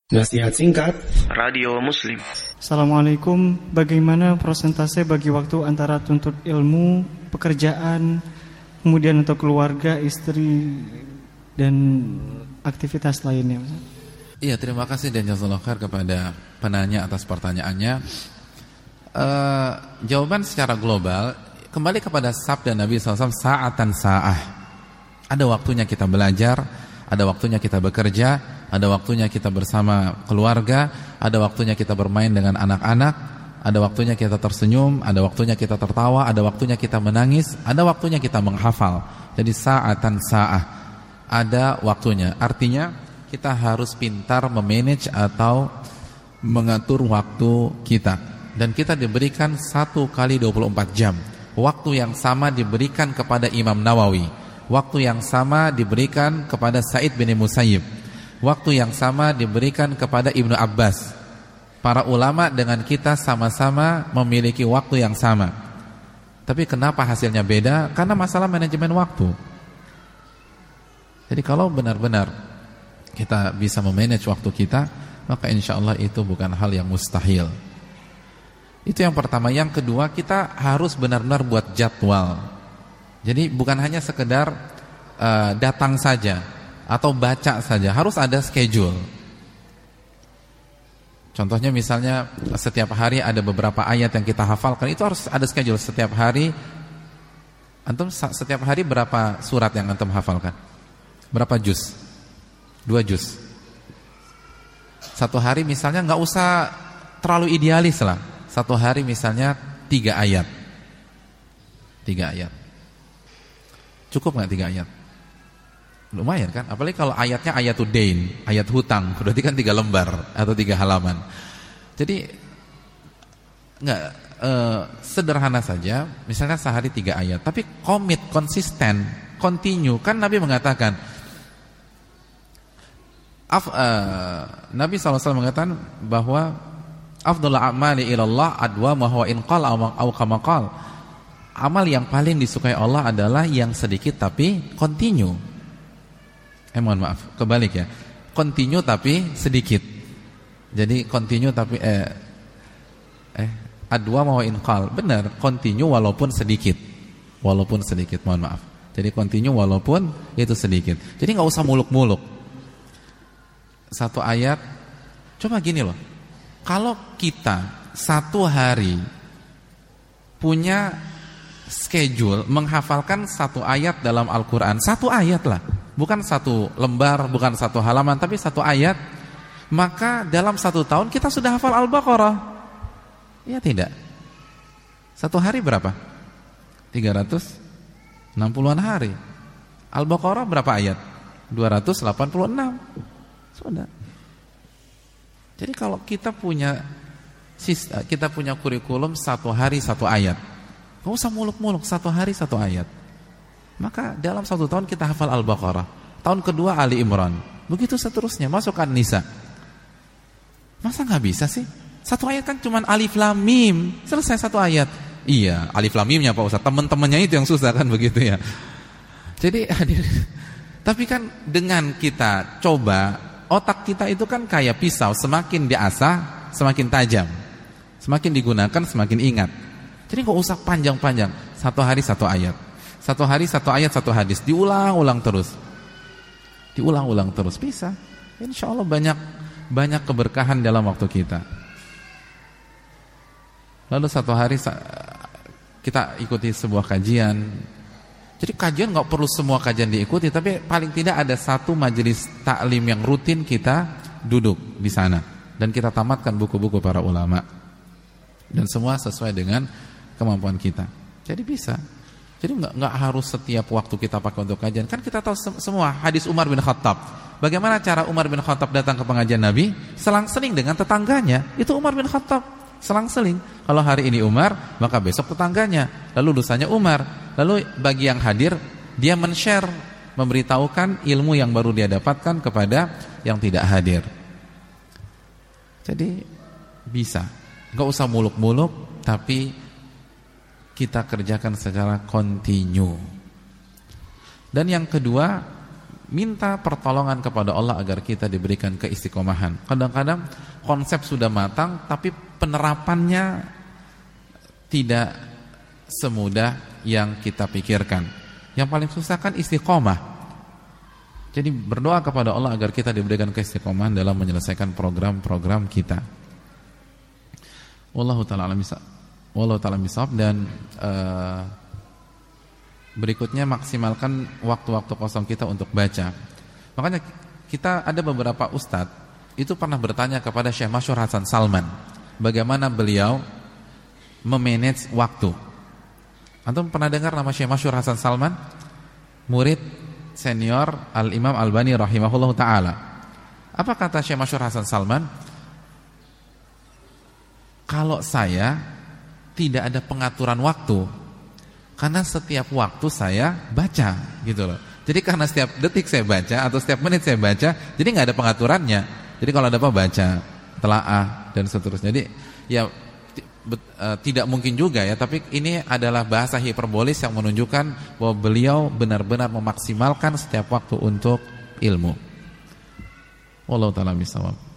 Nasihat singkat Radio Muslim. Assalamualaikum. Bagaimana persentase bagi waktu antara tuntut ilmu, pekerjaan, kemudian untuk keluarga, istri, dan aktivitas lainnya? Iya, terima kasih dan jazakallahu khair kepada penanya atas pertanyaannya. Jawaban secara global kembali kepada sabda Nabi SAW, sa'atan sa'ah. Ada waktunya kita belajar, ada waktunya kita bekerja, ada waktunya kita bersama keluarga, ada waktunya kita bermain dengan anak-anak, ada waktunya kita tersenyum, ada waktunya kita tertawa, ada waktunya kita menangis, ada waktunya kita menghafal. Jadi sa'atan sa'ah, ada waktunya. Artinya kita harus pintar memanage atau mengatur waktu kita. Dan kita diberikan 1 kali 24 jam. Waktu yang sama diberikan kepada Imam Nawawi, waktu yang sama diberikan kepada Sa'id bin Musayyib, waktu yang sama diberikan kepada Ibnu Abbas. Para ulama dengan kita sama-sama memiliki waktu yang sama. Tapi kenapa hasilnya beda? Karena masalah manajemen waktu. Jadi kalau benar-benar kita bisa memanage waktu kita, maka insya Allah itu bukan hal yang mustahil. Itu yang pertama. Yang kedua, kita harus benar-benar buat jadwal. Jadi bukan hanya sekedar datang saja atau baca saja, harus ada schedule. Contohnya misalnya setiap hari ada beberapa ayat yang kita hafalkan, itu harus ada schedule. Setiap hari antum setiap hari berapa surat yang antum hafalkan? Berapa juz? 2 juz. Satu hari misalnya nggak usah terlalu idealis lah. Satu hari misalnya 3 ayat. 3 ayat. Cukup nggak 3 ayat? Lumayan kan? Apalagi kalau ayatnya ayatul dain, ayat hutang, berarti kan 3 lembar atau 3 halaman. Jadi nggak sederhana saja. Misalnya sehari 3 ayat, tapi komit, konsisten, continue. Kan Nabi mengatakan, Nabi SAW mengatakan bahwa afdhalul a'mali ilallah adwamuha wa in qala aw kama qala. Amal yang paling disukai Allah adalah yang sedikit tapi continue. Mohon maaf, kebalik ya. Continue tapi sedikit. Jadi continue tapi adwamuha wa in qala. Benar, continue walaupun sedikit. Walaupun sedikit, mohon maaf. Jadi continue walaupun itu sedikit. Jadi enggak usah muluk-muluk. Satu ayat, coba gini loh. Kalau kita satu hari punya schedule menghafalkan 1 ayat dalam Al-Quran, 1 ayat lah, bukan 1 lembar, bukan 1 halaman, tapi 1 ayat, maka dalam 1 tahun kita sudah hafal Al-Baqarah. Ya tidak? 1 hari berapa? 360-an hari. Al-Baqarah berapa ayat? 286. Sudah. Jadi kalau kita punya kurikulum 1 hari 1 ayat, gak usah muluk-muluk, 1 hari 1 ayat, maka dalam 1 tahun kita hafal Al-Baqarah. Tahun kedua Ali Imran, begitu seterusnya, masuk An-Nisa. Masa gak bisa sih? 1 ayat kan cuma alif lam mim, selesai 1 ayat. Iya, alif lam mimnya Pak Ustaz, teman-temannya itu yang susah kan, begitu ya. Jadi tapi kan dengan kita coba, otak kita itu kan kayak pisau, semakin diasah semakin tajam, semakin digunakan semakin ingat. Jadi gak usah panjang-panjang, 1 hari 1 ayat, 1 hari 1 ayat 1 hadis, diulang-ulang terus, diulang-ulang terus, bisa. Insya Allah banyak keberkahan dalam waktu kita. Lalu 1 hari kita ikuti sebuah kajian. Jadi kajian gak perlu semua kajian diikuti, tapi paling tidak ada 1 majelis taklim yang rutin kita duduk di sana, dan kita tamatkan buku-buku para ulama, dan semua sesuai dengan kemampuan kita. Jadi bisa. Jadi nggak harus setiap waktu kita pakai untuk kajian. Kan kita tahu semua hadis Umar bin Khattab. Bagaimana cara Umar bin Khattab datang ke pengajian Nabi? Selang-seling dengan tetangganya. Itu Umar bin Khattab, selang-seling. Kalau hari ini Umar, maka besok tetangganya, lalu lusanya Umar. Lalu bagi yang hadir, dia men-share, memberitahukan ilmu yang baru dia dapatkan kepada yang tidak hadir. Jadi bisa. Nggak usah muluk-muluk, tapi kita kerjakan secara kontinu. Dan yang kedua, minta pertolongan kepada Allah agar kita diberikan keistiqomahan. Kadang-kadang konsep sudah matang tapi penerapannya tidak semudah yang kita pikirkan. Yang paling susah kan istiqomah. Jadi berdoa kepada Allah agar kita diberikan keistiqomahan dalam menyelesaikan program-program kita. Wallahu ta'ala alam bisawab. Dan berikutnya maksimalkan waktu-waktu kosong kita untuk baca. Makanya kita ada beberapa ustadz itu pernah bertanya kepada Syekh Masyhur Hasan Salman bagaimana beliau memanage waktu. Antum pernah dengar nama Syekh Masyhur Hasan Salman? Murid senior Al-Imam Albani rahimahullah ta'ala. Apa kata Syekh Masyhur Hasan Salman? Kalau saya tidak ada pengaturan waktu, karena setiap waktu saya baca gitu loh. Jadi karena setiap detik saya baca atau setiap menit saya baca, jadi nggak ada pengaturannya. Jadi kalau ada apa baca, telaah dan seterusnya. Jadi ya tidak mungkin juga ya, tapi ini adalah bahasa hiperbolis yang menunjukkan bahwa beliau benar-benar memaksimalkan setiap waktu untuk ilmu. Wallahu ta'ala bishawab.